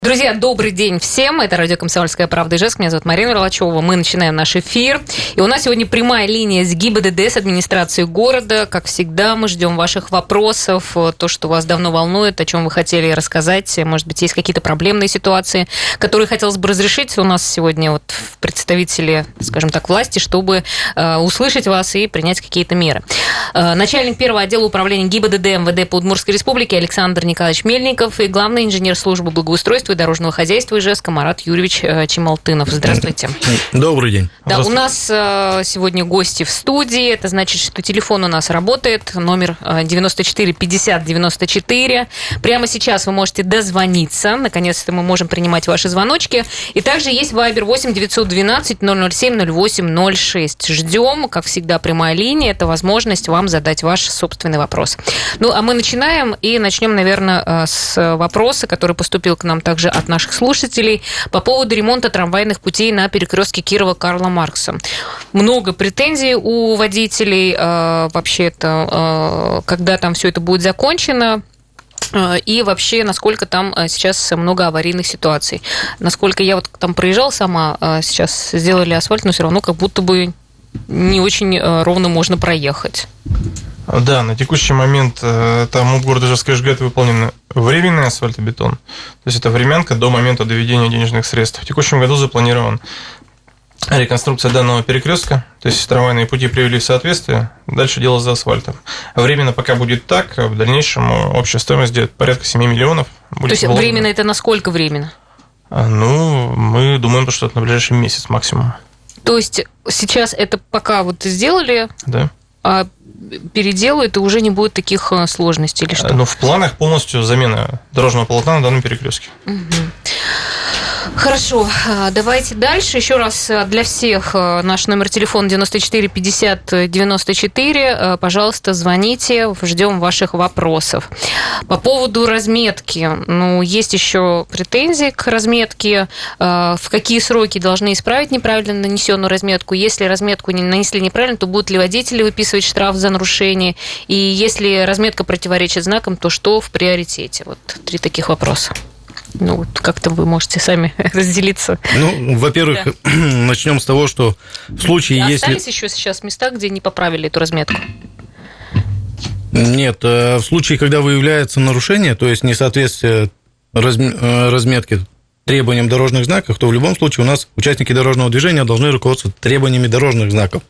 Друзья, добрый день всем. Это радио «Комсомольская правда» Ижевск. Меня зовут Марина Мерлачева. Мы начинаем наш эфир. И у нас сегодня прямая линия с ГИБДД, с администрацией города. Как всегда, мы ждем ваших вопросов, то, что вас давно волнует, о чем вы хотели рассказать. Может быть, есть какие-то проблемные ситуации, которые хотелось бы разрешить. У нас сегодня вот представители, скажем так, власти, чтобы услышать вас и принять какие-то меры. Начальник первого отдела управления ГИБДД МВД по Удмуртской республике Александр Николаевич Мельников и главный инженер службы благоустройства и дорожного хозяйства Ижевска Марат Юрьевич Чемалтынов. Здравствуйте. Добрый день. Да, у нас сегодня гости в студии. Это значит, что телефон у нас работает. Номер 94 50 94. Прямо сейчас вы можете дозвониться. Наконец-то мы можем принимать ваши звоночки. И также есть Вайбер 8 912 007 08 06. Ждем, как всегда, прямая линия. Это возможность вам задать ваш собственный вопрос. Ну, а мы начинаем. И начнем, наверное, с вопроса, который поступил к нам также от наших слушателей по поводу ремонта трамвайных путей на перекрестке Кирова-Карла Маркса. Много претензий у водителей вообще-то, когда там все это будет закончено, и вообще, насколько там сейчас много аварийных ситуаций. Насколько я вот там проезжала сама, сейчас сделали асфальт, но все равно как будто бы не очень ровно можно проехать. Да, на текущий момент там у города Ижевска выполнен временный асфальтобетон. То есть это времянка до момента доведения денежных средств. В текущем году запланирован реконструкция данного перекрестка. То есть трамвайные пути привели в соответствие. Дальше дело за асфальтом. Временно пока будет так, в дальнейшем общая стоимость где-то порядка 7 миллионов. То есть временно это на сколько временно? Ну, мы думаем, что это на ближайший месяц максимум. То есть сейчас это пока вот сделали, да, а переделают, и уже не будет таких сложностей или что? Ну, в планах полностью замена дорожного полотна на данном перекрестке. Угу. Хорошо, давайте дальше. Еще раз для всех наш номер телефона 94 50 94. Пожалуйста, звоните, ждем ваших вопросов. По поводу разметки. Ну, есть еще претензии к разметке. В какие сроки должны исправить неправильно нанесенную разметку? Если разметку не нанесли неправильно, то будут ли водители выписывать штраф за нарушение? И если разметка противоречит знакам, то что в приоритете? Вот 3 таких вопроса. Ну, вот как-то вы можете сами разделиться. Ну, во-первых, да, начнем с того, что в случае, если... Остались еще сейчас места, где не поправили эту разметку? Нет, в случае, когда выявляется нарушение, то есть несоответствие разметки требованиям дорожных знаков, то в любом случае у нас участники дорожного движения должны руководствоваться требованиями дорожных знаков.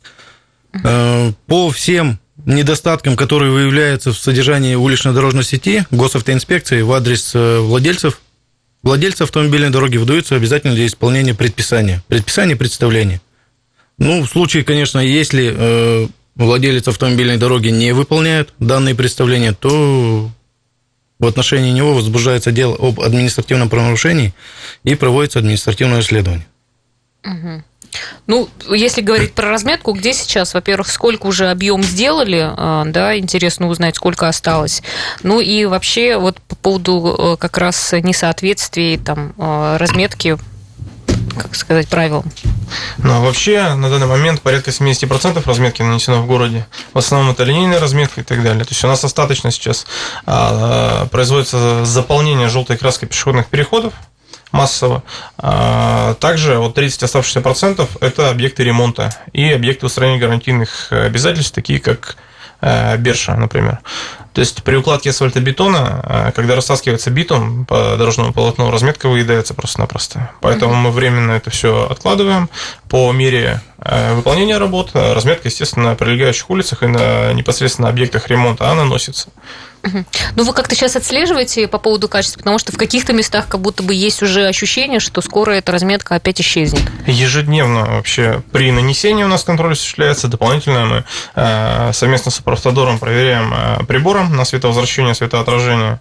По всем недостаткам, которые выявляются в содержании улично-дорожной сети, госавтоинспекции в адрес владельцев автомобильной дороги выдаются обязательно для исполнения предписания представления. Ну, в случае, конечно, если владелец автомобильной дороги не выполняет данные представления, то в отношении него возбуждается дело об административном правонарушении и проводится административное расследование. Угу. Ну, если говорить про разметку, где сейчас, во-первых, сколько уже объем сделали, да, интересно узнать, сколько осталось. Ну и вообще вот по поводу как раз несоответствий там разметки, как сказать, правилам. Ну, а вообще, на данный момент порядка 70% разметки нанесено в городе. В основном это линейная разметка и так далее. То есть у нас остаточно сейчас производится заполнение желтой краской пешеходных переходов массово. Также вот 30 оставшихся процентов – это объекты ремонта и объекты устранения гарантийных обязательств, такие как Берша, например. То есть при укладке асфальтобетона, когда растаскивается битум по дорожному полотну, разметка выедается просто-напросто. Поэтому мы временно это все откладываем. По мере выполнения работ разметка, естественно, на прилегающих улицах и на непосредственно объектах ремонта она наносится. Ну, вы как-то сейчас отслеживаете по поводу качества, потому что в каких-то местах как будто бы есть уже ощущение, что скоро эта разметка опять исчезнет. Ежедневно вообще при нанесении у нас контроль осуществляется. Дополнительно мы совместно с Укравтодором проверяем прибором на световозвращение, светоотражение.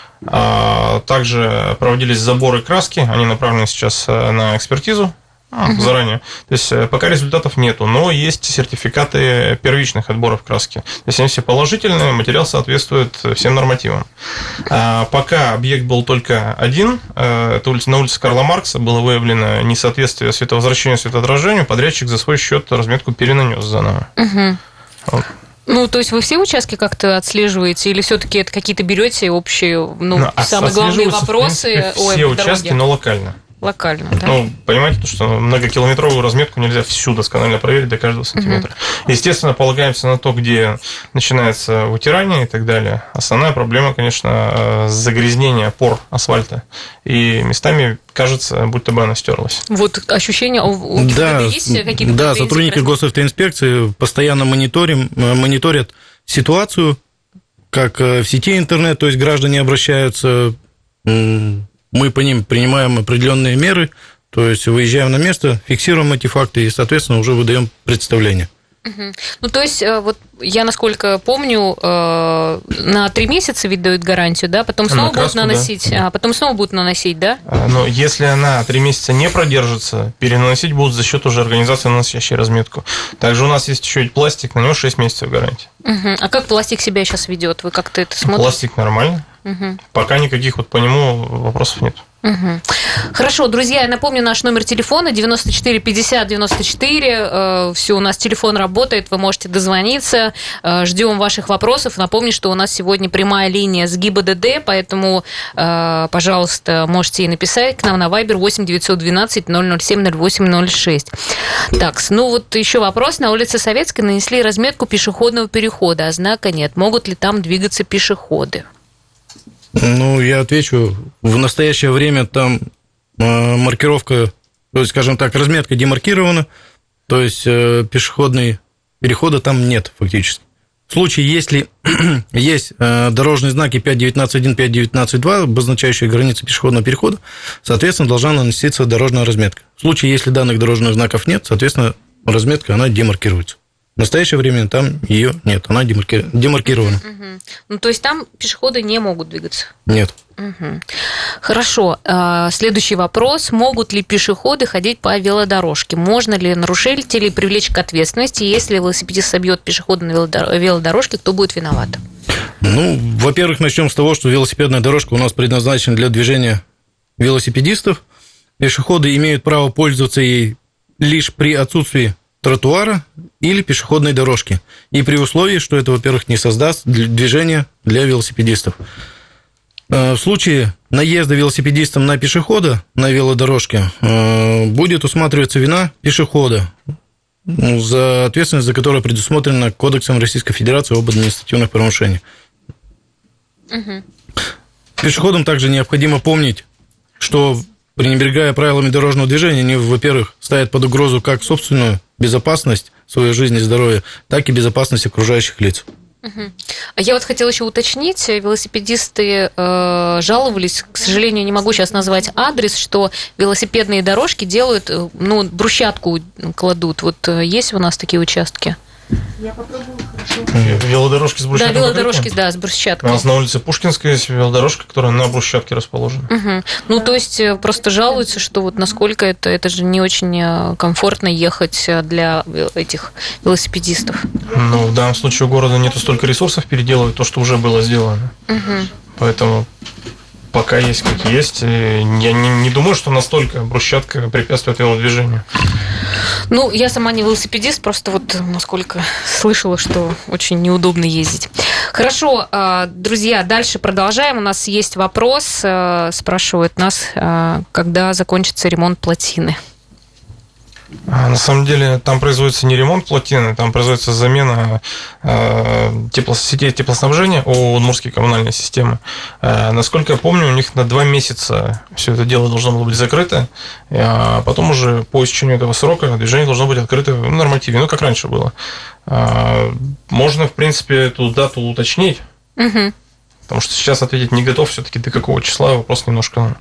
Также проводились заборы краски, они направлены сейчас на экспертизу. Заранее. То есть пока результатов нету, но есть сертификаты первичных отборов краски. То есть они все положительные, материал соответствует всем нормативам. Пока объект был только один, это на улице Карла Маркса, было выявлено несоответствие световозвращению, светоотражению, подрядчик за свой счет разметку перенанес заново. Вот. Ну, то есть вы все участки как-то отслеживаете, или все-таки это какие-то берете общие, самые главные вопросы? Все участки, но локально. Локально, да? Ну, понимаете, что многокилометровую разметку нельзя всю досконально проверить до каждого сантиметра. Естественно, полагаемся на то, где начинается вытирание и так далее. Основная проблема, конечно, загрязнение пор асфальта. И местами кажется, будто бы она стерлась. Вот ощущение у ГИБДД есть какие-то? Да, сотрудники госавтоинспекции постоянно мониторят ситуацию, как в сети интернет, то есть граждане обращаются, мы по ним принимаем определенные меры, то есть выезжаем на место, фиксируем эти факты и, соответственно, уже выдаем представление. Ну, то есть, вот я, насколько помню, на 3 месяца ведь дают гарантию, да, потом снова будут наносить, да. Потом снова будут наносить, да? Но если она 3 месяца не продержится, перенаносить будут за счет уже организации, наносящей разметку. Также у нас есть еще и пластик, на него 6 месяцев гарантии. А как пластик себя сейчас ведет? Вы как-то это смотрите? Пластик нормально. Пока никаких вот по нему вопросов нет. Хорошо, друзья, я напомню наш номер телефона 94 50 94. Все, у нас телефон работает, вы можете дозвониться. Ждем ваших вопросов. Напомню, что у нас сегодня прямая линия с ГИБДД, поэтому, пожалуйста, можете и написать к нам на Viber 8 912 007 08 06. Так, ну вот еще вопрос. На улице Советской нанесли разметку пешеходного перехода, а знака нет. Могут ли там двигаться пешеходы? Ну, я отвечу. В настоящее время там маркировка, то есть, скажем так, разметка демаркирована, то есть пешеходные перехода там нет фактически. В случае, если есть дорожные знаки 5.19.1, 5.19.2, обозначающие границы пешеходного перехода, соответственно, должна наноситься дорожная разметка. В случае, если данных дорожных знаков нет, соответственно, разметка, она демаркируется. В настоящее время там ее нет, она демаркирована. Ну, то есть там пешеходы не могут двигаться? Нет. Хорошо. Следующий вопрос. Могут ли пешеходы ходить по велодорожке? Можно ли нарушителей привлечь к ответственности? Если велосипедист собьет пешехода на велодорожке, кто будет виноват? Ну, во-первых, начнем с того, что велосипедная дорожка у нас предназначена для движения велосипедистов. Пешеходы имеют право пользоваться ей лишь при отсутствии тротуара или пешеходной дорожки. И при условии, что это, во-первых, не создаст движение для велосипедистов. В случае наезда велосипедистом на пешехода на велодорожке будет усматриваться вина пешехода, за ответственность за которую предусмотрена Кодексом Российской Федерации об административных правонарушениях. Пешеходам также необходимо помнить, что, пренебрегая правилами дорожного движения, они, во-первых, ставят под угрозу как собственную безопасность, свою жизнь и здоровье, так и безопасность окружающих лиц. А я вот хотела еще уточнить, велосипедисты жаловались, к сожалению, не могу сейчас назвать адрес, что велосипедные дорожки делают, брусчатку кладут. Вот есть у нас такие участки? Я попробую, хорошо. Велодорожки с брусчаткой? Да, велодорожки, да, с брусчаткой. У нас на улице Пушкинская есть велодорожка, которая на брусчатке расположена. Ну, то есть, просто жалуются, что вот насколько это же не очень комфортно ехать для этих велосипедистов. Ну, в данном случае у города нету столько ресурсов переделывать то, что уже было сделано. Поэтому пока есть как есть. Я не думаю, что настолько брусчатка препятствует велодвижению. Ну, я сама не велосипедист, просто вот насколько слышала, что очень неудобно ездить. Хорошо, друзья, дальше продолжаем. У нас есть вопрос. Спрашивают нас, когда закончится ремонт плотины. На самом деле там производится не ремонт плотины, там производится замена сетей теплоснабжения ООО «Удмуртские коммунальные системы». Насколько я помню, у них на 2 месяца все это дело должно было быть закрыто, а потом уже по истечению этого срока движение должно быть открыто в нормативе, как раньше было. Можно, в принципе, эту дату уточнить, потому что сейчас ответить не готов, все-таки до какого числа вопрос немножко...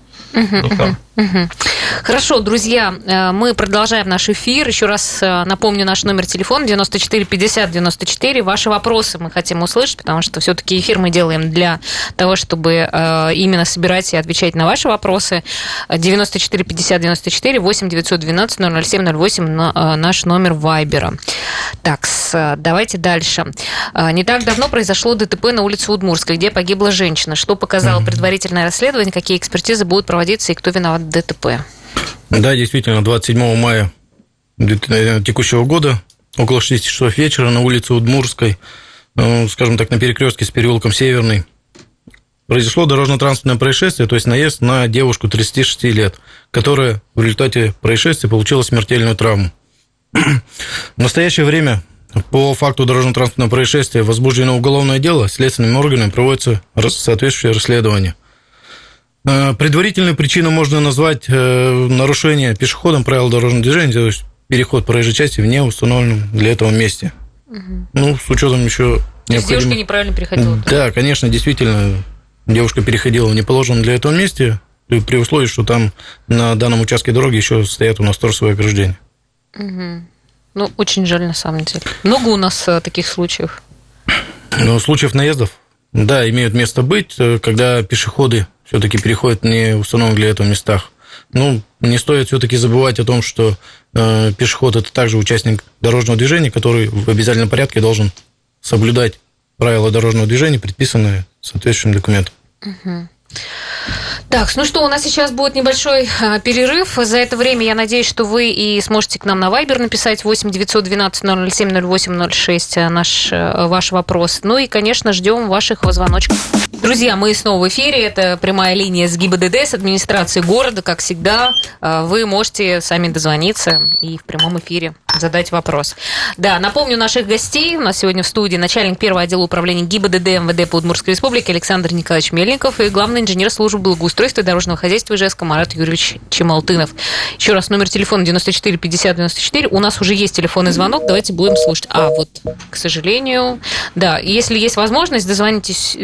Хорошо, друзья, мы продолжаем наш эфир. Еще раз напомню наш номер телефона 94 50 94. Ваши вопросы мы хотим услышать, потому что все-таки эфир мы делаем для того, чтобы именно собирать и отвечать на ваши вопросы. 94 50 94 8 912 007 08 наш номер Вайбера. Так, давайте дальше. Не так давно произошло ДТП на улице Удмуртской, где погибла женщина. Что показало предварительное расследование, какие экспертизы будут проводиться и кто виноват в ДТП? Да, действительно, 27 мая текущего года, около 6 часов вечера на улице Удмуртской скажем так, на перекрестке с переулком Северный, произошло дорожно-транспортное происшествие, то есть наезд на девушку 36 лет, которая в результате происшествия получила смертельную травму. В настоящее время по факту дорожно-транспортного происшествия возбуждено уголовное дело, следственными органами проводится соответствующее расследование. Предварительную причину можно назвать нарушение пешеходом правил дорожного движения, то есть переход проезжей части в неустановленном для этого месте. Ну, с учетом еще... То есть девушка неправильно переходила? Да, конечно, действительно, девушка переходила в неположенном для этого месте, при условии, что там на данном участке дороги еще стоят у нас торсовые ограждения. Ну, очень жаль, на самом деле. Много у нас таких случаев? Ну, случаев наездов, да, имеют место быть, когда пешеходы все-таки переходят в неустановленных для этого местах. Ну, не стоит все-таки забывать о том, что пешеход – это также участник дорожного движения, который в обязательном порядке должен соблюдать правила дорожного движения, предписанные соответствующим документом. Так, ну что, у нас сейчас будет небольшой перерыв. За это время я надеюсь, что вы и сможете к нам на Viber написать 8 912 007 08 06 ваш вопрос. Ну и, конечно, ждем ваших звоночков. Друзья, мы снова в эфире. Это прямая линия с ГИБДД, с администрации города. Как всегда, вы можете сами дозвониться и в прямом эфире задать вопрос. Да, напомню наших гостей. У нас сегодня в студии начальник первого отдела управления ГИБДД МВД по Удмуртской республике Александр Николаевич Мельников и главный инженер службы благоустройства и дорожного хозяйства Ижевска Марат Юрьевич Чемалтынов. Еще раз, номер телефона 94 50 94. У нас уже есть телефонный звонок. Давайте будем слушать. Вот, к сожалению, да, если есть возможность, дозвонитесь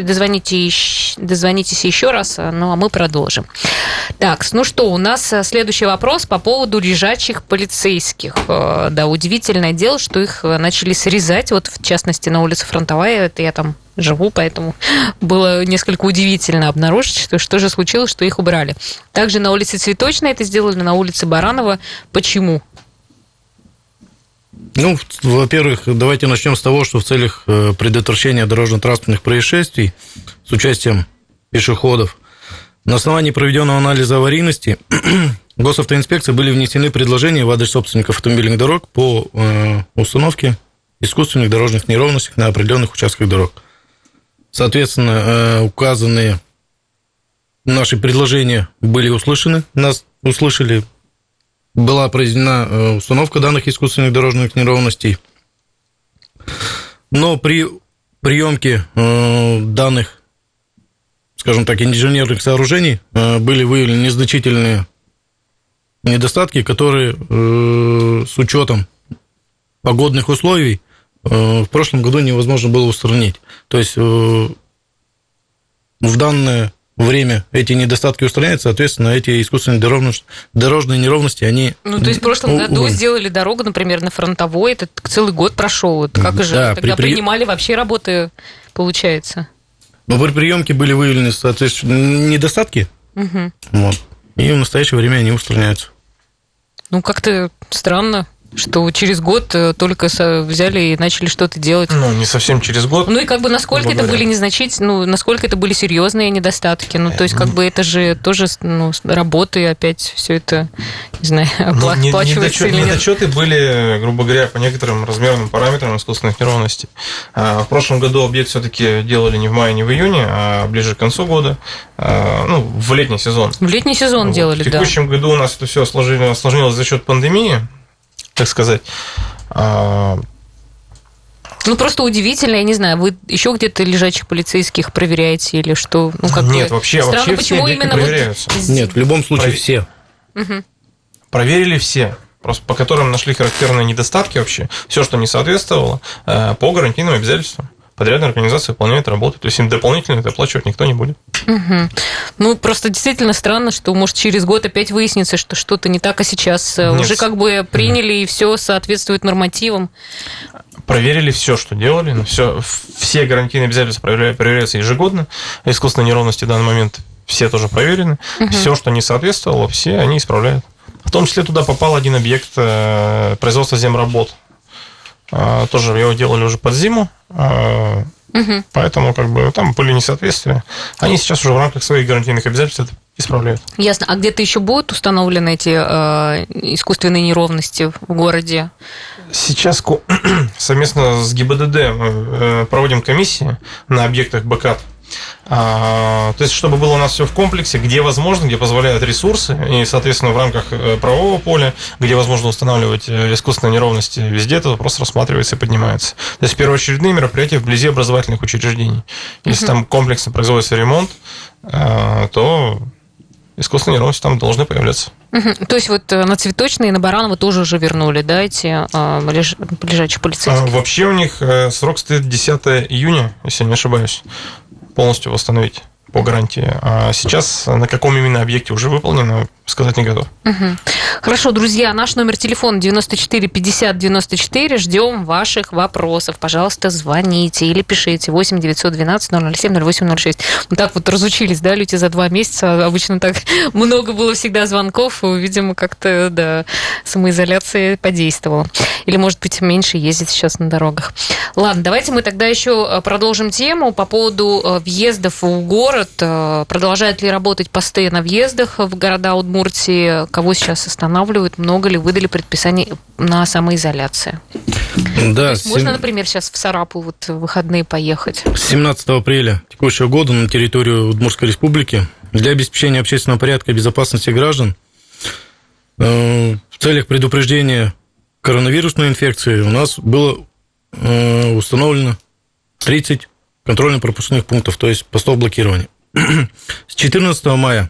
еще раз, ну а мы продолжим. Так, ну что, у нас следующий вопрос по поводу лежачих полицейских. Да, удивительное дело, что их начали срезать, вот в частности на улице Фронтовая, это я там живу, поэтому было несколько удивительно обнаружить, что же случилось, что их убрали. Также на улице Цветочной это сделали, на улице Баранова. Почему? Ну, во-первых, давайте начнем с того, что в целях предотвращения дорожно-транспортных происшествий с участием пешеходов на основании проведенного анализа аварийности госавтоинспекции были внесены предложения в адрес собственников автомобильных дорог по установке искусственных дорожных неровностей на определенных участках дорог. Соответственно, указанные наши предложения были услышаны, нас услышали. Была произведена установка данных искусственных дорожных неровностей, но при приемке данных, скажем так, инженерных сооружений были выявлены незначительные недостатки, которые с учетом погодных условий в прошлом году невозможно было устранить. То есть в данное время эти недостатки устраняются, соответственно, эти искусственные дорожные неровности, они... Ну, то есть в прошлом году сделали дорогу, например, на Фронтовой, это целый год прошел. Это как же да, тогда принимали вообще работы, получается? Но при приемке были выявлены, соответственно, недостатки, вот, и в настоящее время они устраняются. Ну, как-то странно, что через год только взяли и начали что-то делать. Ну, не совсем через год. Ну, и как бы насколько это были незначительные, насколько это были серьезные недостатки. Ну, то есть, как бы это же тоже работы, опять все это, не знаю, оплачивается или нет. Недочеты были, грубо говоря, по некоторым размерным параметрам искусственных неровностей. В прошлом году объект все-таки делали не в мае, не в июне, а ближе к концу года, ну, в летний сезон. В летний сезон делали, да. В текущем году у нас это все осложнилось за счет пандемии, так сказать. Ну, просто удивительно, я не знаю, вы еще где-то лежачих полицейских проверяете или что? Ну, как нет, вообще почему все именно проверяются. Нет, в любом случае все. Проверили все, просто по которым нашли характерные недостатки вообще, все, что не соответствовало, по гарантийным обязательствам. Подрядная организация выполняет работу, то есть им дополнительно это оплачивать никто не будет. Ну, просто действительно странно, что, может, через год опять выяснится, что что-то не так, а сейчас уже как бы приняли, и все соответствует нормативам. Проверили все, что делали, но все гарантийные обязательства проверяются ежегодно, искусственные неровности в данный момент все тоже проверены, все, что не соответствовало, все они исправляют. В том числе туда попал один объект производства земработ. Тоже его делали уже под зиму. Поэтому там были несоответствия. Они сейчас уже в рамках своих гарантийных обязательств это исправляют. Ясно. А где-то еще будут установлены эти искусственные неровности в городе? Сейчас совместно с ГИБДД мы проводим комиссии на объектах БКАТ. То есть, чтобы было у нас все в комплексе, где возможно, где позволяют ресурсы, и, соответственно, в рамках правового поля, где возможно устанавливать искусственные неровности, везде этот вопрос рассматривается и поднимается. То есть, первоочередные мероприятия вблизи образовательных учреждений. Если там комплексно производится ремонт, то искусственные неровности там должны появляться. То есть, вот на Цветочной и на Баранова тоже уже вернули, да, эти лежачих полицейских? Вообще у них срок стоит 10 июня, если не ошибаюсь, полностью восстановить по гарантии. А сейчас на каком именно объекте уже выполнено, сказать не готов. Хорошо, друзья, наш номер телефона 94 50 94. Ждем ваших вопросов. Пожалуйста, звоните или пишите 8 912 007 0806. Мы так вот разучились, да, люди, за 2 месяца. Обычно так много было всегда звонков. Видимо, как-то, да, самоизоляция подействовала. Или, может быть, меньше ездить сейчас на дорогах. Ладно, давайте мы тогда еще продолжим тему по поводу въездов в город. Продолжают ли работать посты на въездах в города Удмуртии? Кого сейчас останавливают? Много ли выдали предписаний на самоизоляцию? Да, можно, например, сейчас в Сарапул вот в выходные поехать? С 17 апреля текущего года на территорию Удмуртской республики для обеспечения общественного порядка и безопасности граждан в целях предупреждения коронавирусной инфекции у нас было установлено 30 контрольно-пропускных пунктов, то есть постов блокирования. С 14 мая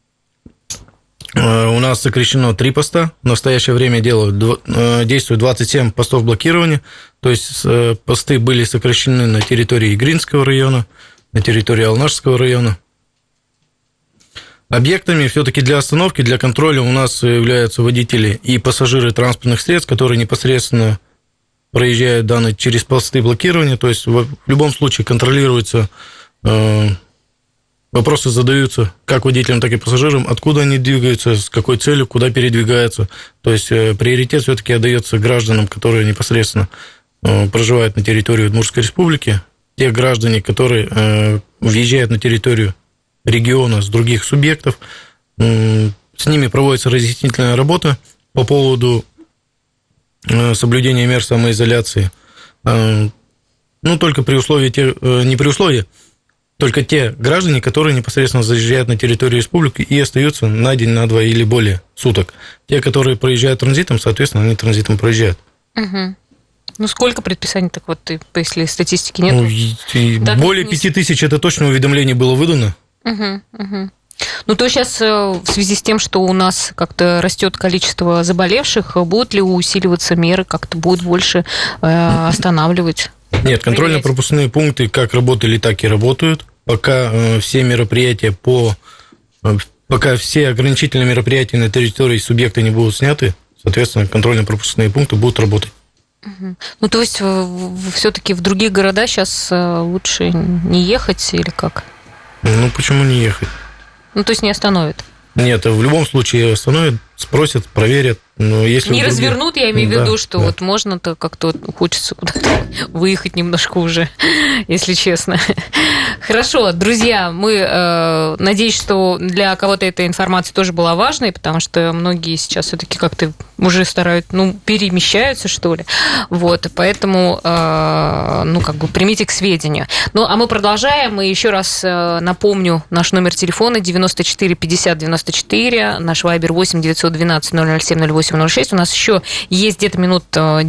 у нас сокращено 3 поста. В настоящее время действует 27 постов блокирования. То есть посты были сокращены на территории Игринского района, на территории Алнашского района. Объектами все-таки для остановки, для контроля у нас являются водители и пассажиры транспортных средств, которые непосредственно проезжают через посты блокирования. То есть в любом случае контролируется, вопросы задаются как водителям, так и пассажирам, откуда они двигаются, с какой целью, куда передвигаются. То есть приоритет все-таки отдается гражданам, которые непосредственно проживают на территории Удмуртской республики. Те граждане, которые въезжают на территорию региона с других субъектов, с ними проводится разъяснительная работа по поводу соблюдения мер самоизоляции. Только при условии, не при условии, только те граждане, которые непосредственно заезжают на территорию республики и остаются на день, на 2 или более суток. Те, которые проезжают транзитом, соответственно, они транзитом проезжают. Сколько предписаний, так вот, если статистики нет? Более 5000 это точно уведомление было выдано. То сейчас в связи с тем, что у нас как-то растет количество заболевших, будут ли усиливаться меры, как-то будут больше останавливать? Нет, контрольно-пропускные пункты как работали, так и работают. Пока все мероприятия пока все ограничительные мероприятия на территории субъекта не будут сняты, соответственно, контрольно-пропускные пункты будут работать. То есть все-таки в другие города сейчас лучше не ехать или как? Почему не ехать? То есть не остановят? Нет, в любом случае остановят, спросят, проверят. Но если не развернут, я имею в виду, что вот можно-то как-то хочется куда-то выехать немножко уже, если честно. Хорошо, друзья, мы надеюсь, что для кого-то эта информация тоже была важной, потому что многие сейчас все-таки как-то уже стараются, перемещаются, что ли. Вот, поэтому, примите к сведению. А мы продолжаем, и еще раз напомню наш номер телефона 94 50 94, наш вайбер 8 912 007 08 06. У нас еще есть где-то минут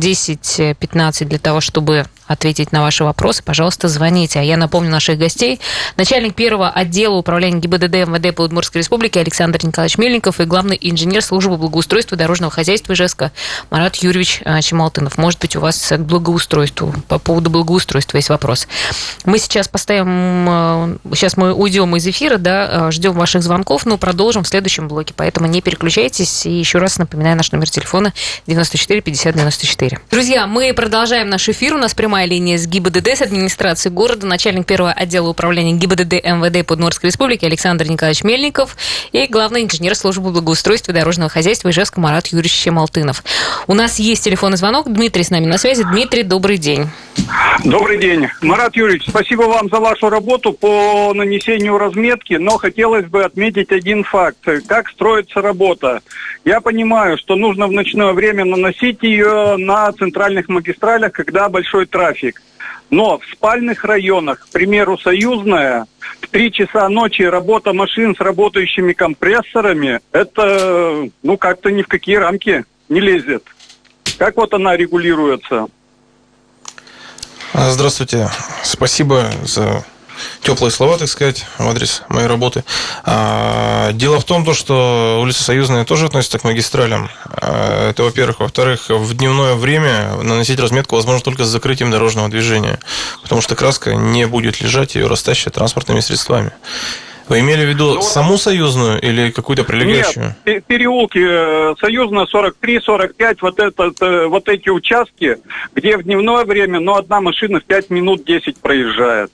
10-15 для того, чтобы ответить на ваши вопросы. Пожалуйста, звоните. А я напомню наших гостей. Начальник первого отдела управления ГИБДД МВД по Удмуртской республике Александр Николаевич Мельников и главный инженер службы благоустройства и дорожного хозяйства Ижевска Марат Юрьевич Чемалтынов. Может быть, у вас к благоустройству, по поводу благоустройства есть вопрос. Мы сейчас сейчас мы уйдем из эфира, ждем ваших звонков, но продолжим в следующем блоке. Поэтому не переключайтесь. И еще раз напоминаю наш номер телефона 94 50 94. Друзья, мы продолжаем наш эфир. У нас прямая линия с ГИБДД, с администрации города, начальник первого отдела управления ГИБДД МВД по Удмуртской республике Александр Николаевич Мельников и главный инженер службы благоустройства и дорожного хозяйства Ижевска Марат Юрьевич Чемалтынов. У нас есть телефонный звонок. Дмитрий с нами на связи. Дмитрий, добрый день. Добрый день. Марат Юрьевич, спасибо вам за вашу работу по нанесению разметки, но хотелось бы отметить один факт. Как строится работа? Я понимаю, что нужно в ночное время наносить ее на центральных магистралях, когда большой трафик. Но в спальных районах, к примеру, Союзная, в 3 часа ночи работа машин с работающими компрессорами, это, как-то ни в какие рамки не лезет. Как вот она регулируется? Здравствуйте. Спасибо за теплые слова, так сказать, в адрес моей работы. Дело в том, что улица Союзная тоже относится к магистралям. Это, во-первых. Во-вторых, в дневное время наносить разметку возможно только с закрытием дорожного движения, потому что краска не будет лежать, ее растащат транспортными средствами. Вы имели в виду саму Союзную или какую-то прилегающую? Нет, переулки Союзная, 43, 45, вот эти участки, где в дневное время, одна машина в 5 минут 10 проезжает.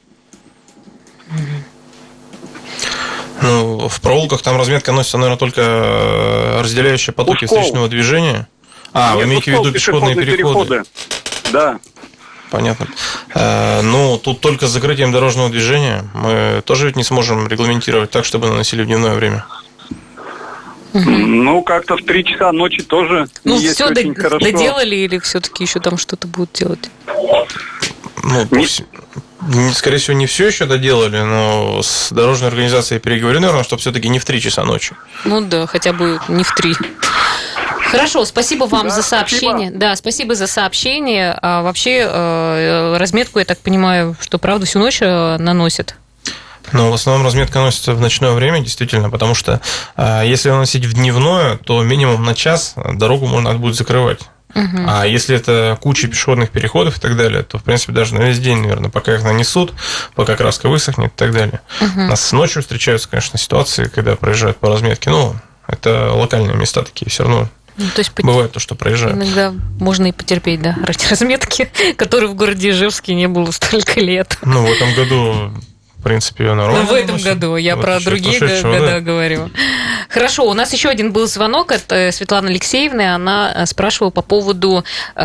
В проулках там разметка носится, наверное, только разделяющие потоки встречного движения. Вы имеете в виду пешеходные переходы? Да. Понятно. Тут только с закрытием дорожного движения мы тоже ведь не сможем регламентировать так, чтобы наносили в дневное время. Как-то в 3 часа ночи тоже есть все очень хорошо. Доделали или все-таки еще там что-то будут делать? Скорее всего, не все еще доделали, но с дорожной организацией переговорено, чтобы все-таки не в 3 часа ночи. Хотя бы не в 3. Хорошо, спасибо вам за сообщение. Спасибо. Да, спасибо за сообщение. А вообще разметку, я так понимаю, что правда всю ночь наносят? В основном разметка носится в ночное время, действительно, потому что если наносить в дневное, то минимум на час дорогу можно будет закрывать. А если это куча пешеходных переходов и так далее, то, в принципе, даже на весь день, наверное, пока их нанесут, пока краска высохнет и так далее. У нас ночью встречаются, конечно, ситуации, когда проезжают по разметке. Это локальные места такие все равно. То есть бывает то, что проезжают. Иногда можно и потерпеть, да, ради разметки, которой в городе Ижевске не было столько лет. В этом году, в принципе, ее нормально. В этом году, я про другие года говорю. Хорошо, у нас еще один был звонок от Светланы Алексеевны. Она спрашивала по поводу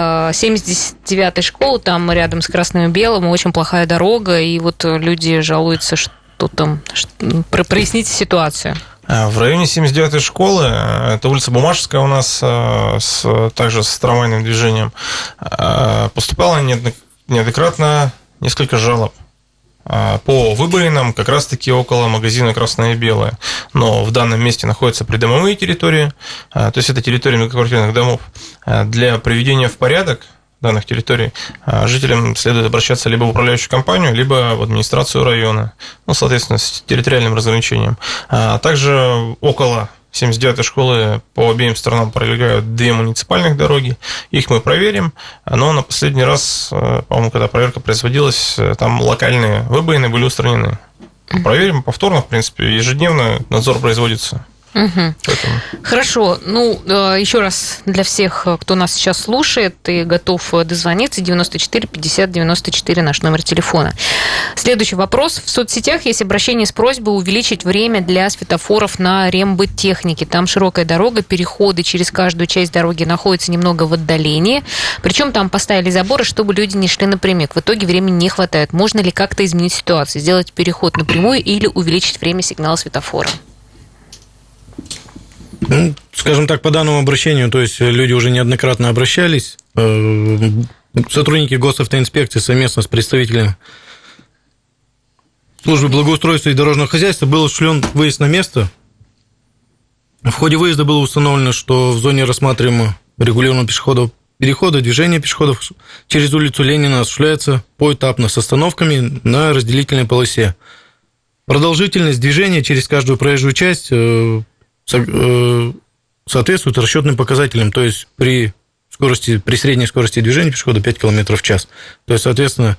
79-й школы, там рядом с Красным и Белым, очень плохая дорога, и люди жалуются, что там. Проясните ситуацию. В районе 79-й школы, это улица Буммашевская у нас, также с трамвайным движением, поступало неоднократно несколько жалоб по выбоинам как раз-таки около магазина «Красное и белое». Но в данном месте находятся придомовые территории, то есть это территория многоквартирных домов. Для приведения в порядок данных территорий жителям следует обращаться либо в управляющую компанию, либо в администрацию района, соответственно, с территориальным разграничением. Также около 79-й школы по обеим сторонам пролегают 2 муниципальных дороги. Их мы проверим, но на последний раз, по-моему, когда проверка производилась, там локальные выбоины были устранены. Проверим повторно, в принципе, ежедневно надзор производится. Хорошо. Еще раз для всех, кто нас сейчас слушает и готов дозвониться, 94 50 94 наш номер телефона. Следующий вопрос. В соцсетях есть обращение с просьбой увеличить время для светофоров на рембыттехнике. Там широкая дорога, переходы через каждую часть дороги находятся немного в отдалении. Причем там поставили заборы, чтобы люди не шли напрямик. В итоге времени не хватает. Можно ли как-то изменить ситуацию? Сделать переход напрямую или увеличить время сигнала светофора? Скажем так, по данному обращению, то есть люди уже неоднократно обращались, сотрудники госавтоинспекции совместно с представителями службы благоустройства и дорожного хозяйства был осуществлен выезд на место. В ходе выезда было установлено, что в зоне рассматриваемого регулированного пешеходного перехода движение пешеходов через улицу Ленина осуществляется поэтапно с остановками на разделительной полосе. Продолжительность движения через каждую проезжую часть соответствует расчетным показателям, то есть при средней скорости движения пешехода 5 км в час. То есть, соответственно,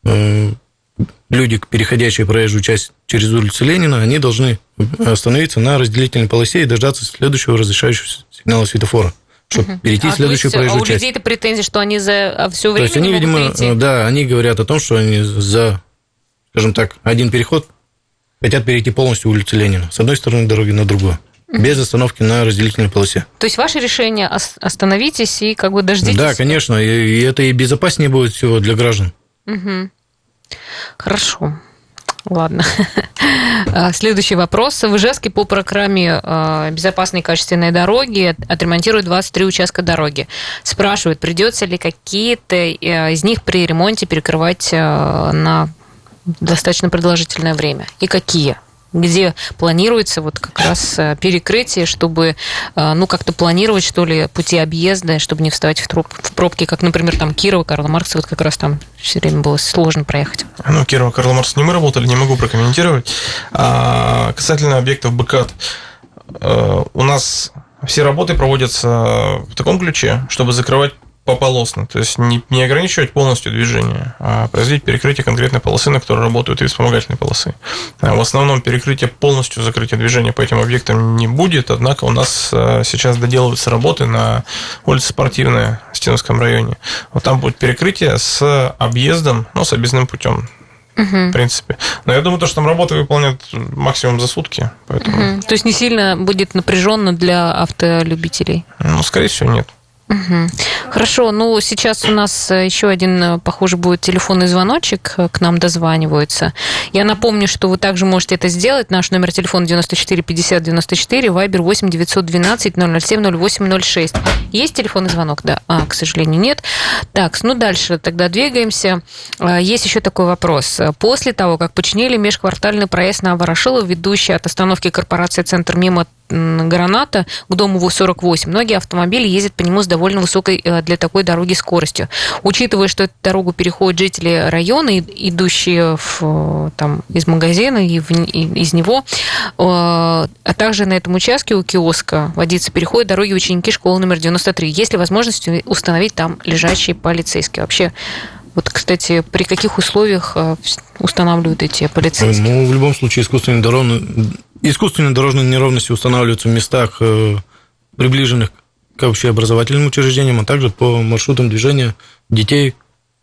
люди, переходящие проезжую часть через улицу Ленина, они должны остановиться на разделительной полосе и дождаться следующего разрешающего сигнала светофора, чтобы перейти в следующую проезжую часть. А у людей-то претензии, что они за все время то есть они, не могут перейти? Да, они говорят о том, что они за, скажем так, один переход хотят перейти полностью улицу Ленина с одной стороны дороги на другую. Без остановки на разделительной полосе. То есть ваше решение остановитесь и дождитесь? Да, конечно, и это и безопаснее будет всего для граждан. Угу. Хорошо. Ладно. Следующий вопрос. В Ижевске по программе «Безопасные и качественные дороги» отремонтируют 23 участка дороги. Спрашивают, придется ли какие-то из них при ремонте перекрывать на достаточно продолжительное время? И какие? Где планируется вот как раз перекрытие, чтобы, как-то планировать, что ли, пути объезда, чтобы не вставать в пробки, как, например, там Кирова, Карла Маркса, вот как раз там все время было сложно проехать. Кирова, Карла Маркса не мы работали, не могу прокомментировать. Касательно объектов БКАТ, у нас все работы проводятся в таком ключе, чтобы закрывать пополосно, то есть не ограничивать полностью движение, а производить перекрытие конкретной полосы, на которой работают и вспомогательные полосы. В основном перекрытие, полностью закрытие движения по этим объектам не будет, однако у нас сейчас доделываются работы на улице Спортивная в Стеновском районе. Вот там будет перекрытие с объездом, с объездным путем. В принципе. Но я думаю, что там работы выполнят максимум за сутки. Поэтому... То есть не сильно будет напряженно для автолюбителей? Скорее всего, нет. Хорошо, сейчас у нас еще один, похоже, будет телефонный звоночек, к нам дозваниваются. Я напомню, что вы также можете это сделать. Наш номер телефона 94 50 94, вайбер 8 912 007 08 06. Есть телефонный звонок? Да. К сожалению, нет. Так, дальше тогда двигаемся. Есть еще такой вопрос. После того, как починили межквартальный проезд на Ворошилова, ведущий от остановки корпорации «Центр» мимо Граната к дому 48. Многие автомобили ездят по нему с довольно высокой для такой дороги скоростью. Учитывая, что эту дорогу переходят жители района, идущие из магазина и из него, а также на этом участке у киоска водиться переходят дороги ученики школы номер 93. Есть ли возможность установить там лежачие полицейские? Вообще, кстати, при каких условиях устанавливают эти полицейские? В любом случае, искусственные дорожные неровности устанавливаются в местах, приближенных к общеобразовательным учреждениям, а также по маршрутам движения детей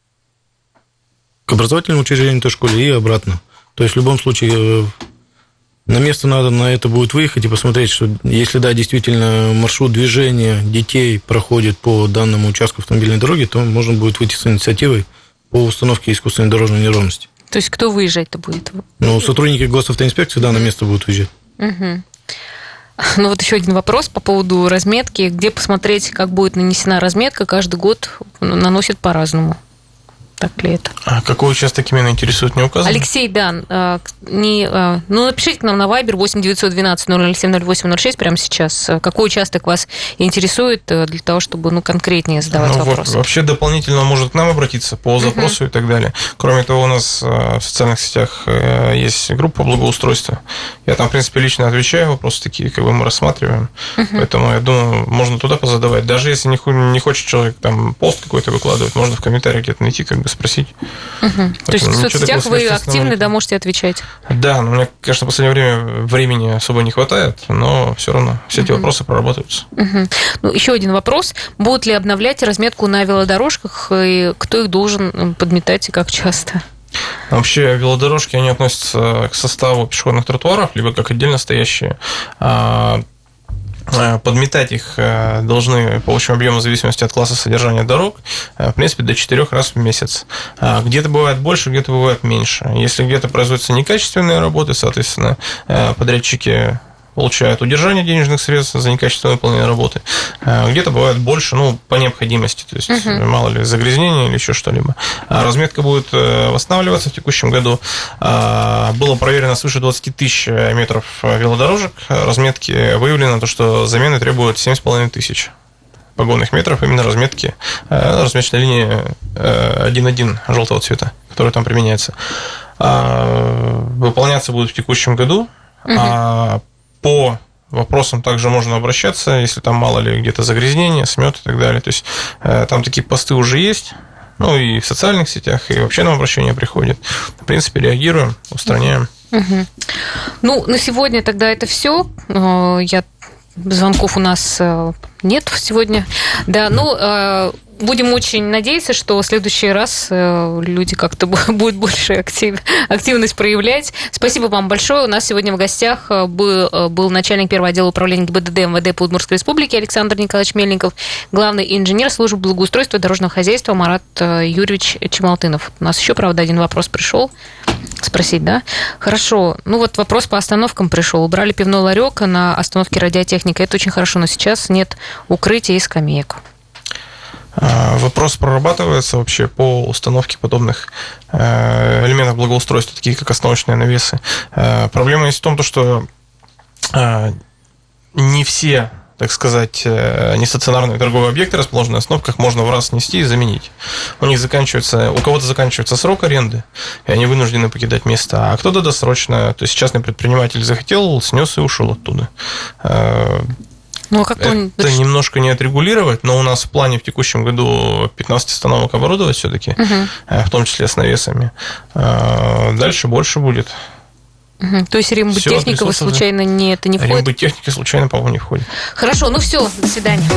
к образовательным учреждениям той школе и обратно. То есть в любом случае на место надо на это будет выехать и посмотреть, что если действительно маршрут движения детей проходит по данному участку автомобильной дороги, то можно будет выйти с инициативой по установке искусственной дорожной неровности. То есть кто выезжать-то будет? Сотрудники госавтоинспекции, на место будут выезжать. Угу. Еще один вопрос по поводу разметки. Где посмотреть, как будет нанесена разметка? Каждый год наносят по-разному. Так ли это? А какой участок именно интересует, не указано? Алексей, напишите к нам на Вайбер 8 912 007 08 06 прямо сейчас. Какой участок вас интересует для того, чтобы конкретнее задавать вопросы? Вообще дополнительно может к нам обратиться по запросу и так далее. Кроме того, у нас в социальных сетях есть группа благоустройства. Я там, в принципе, лично отвечаю, вопросы такие, мы рассматриваем. Поэтому, я думаю, можно туда позадавать. Даже если не хочет человек там пост какой-то выкладывать, можно в комментариях где-то найти, спросить. То есть в соцсетях вы активны, можете отвечать? Да, но мне, конечно, в последнее время времени особо не хватает, но все равно все эти вопросы прорабатываются. Еще один вопрос. Будут ли обновлять разметку на велодорожках, и кто их должен подметать и как часто? Вообще велодорожки, они относятся к составу пешеходных тротуаров, либо как отдельно стоящие. Подметать их должны по общему объему в зависимости от класса содержания дорог, в принципе, до 4 раз в месяц. Где-то бывает больше, где-то бывает меньше. Если где-то производятся некачественные работы, соответственно, подрядчики получают удержание денежных средств за некачественно выполненные работы. Где-то бывает больше, по необходимости, то есть мало ли загрязнения или еще что-либо. Разметка будет восстанавливаться в текущем году. Было проверено свыше 20 тысяч метров велодорожек. Разметки выявлено, что замены требуют 7,5 тысяч погонных метров именно разметки, разметочной линии 1.1 желтого цвета, которая там применяется. Выполняться будет в текущем году. По вопросам также можно обращаться, если там мало ли где-то загрязнения, смет и так далее. То есть там такие посты уже есть, и в социальных сетях, и вообще нам обращения приходят. В принципе, реагируем, устраняем. На сегодня тогда это все. Звонков у нас нет сегодня. Да, будем очень надеяться, что в следующий раз люди как-то будут больше активность проявлять. Спасибо вам большое. У нас сегодня в гостях был начальник первого отдела управления ГИБДД МВД по Удмуртской республике Александр Николаевич Мельников, главный инженер службы благоустройства и дорожного хозяйства Марат Юрьевич Чемалтынов. У нас еще, правда, один вопрос пришел. Спросить, да? Хорошо. Вопрос по остановкам пришел. Убрали пивной ларек на остановке радиотехника. Это очень хорошо, но сейчас нет укрытия и скамеек. Вопрос прорабатывается вообще по установке подобных элементов благоустройства, такие как остановочные навесы. Проблема есть в том, что не все, так сказать, нестационарные торговые объекты, расположенные на остановках, можно в раз снести и заменить. У кого-то заканчивается срок аренды, и они вынуждены покидать место, а кто-то досрочно, то есть частный предприниматель захотел, снес и ушел оттуда. Это немножко не отрегулировать, но у нас в плане в текущем году 15 остановок оборудовать все-таки, в том числе с навесами. Дальше больше будет. То есть рембыттехника случайно не входит? Рембыттехника случайно, по-моему, не входит. Хорошо, все, до свидания.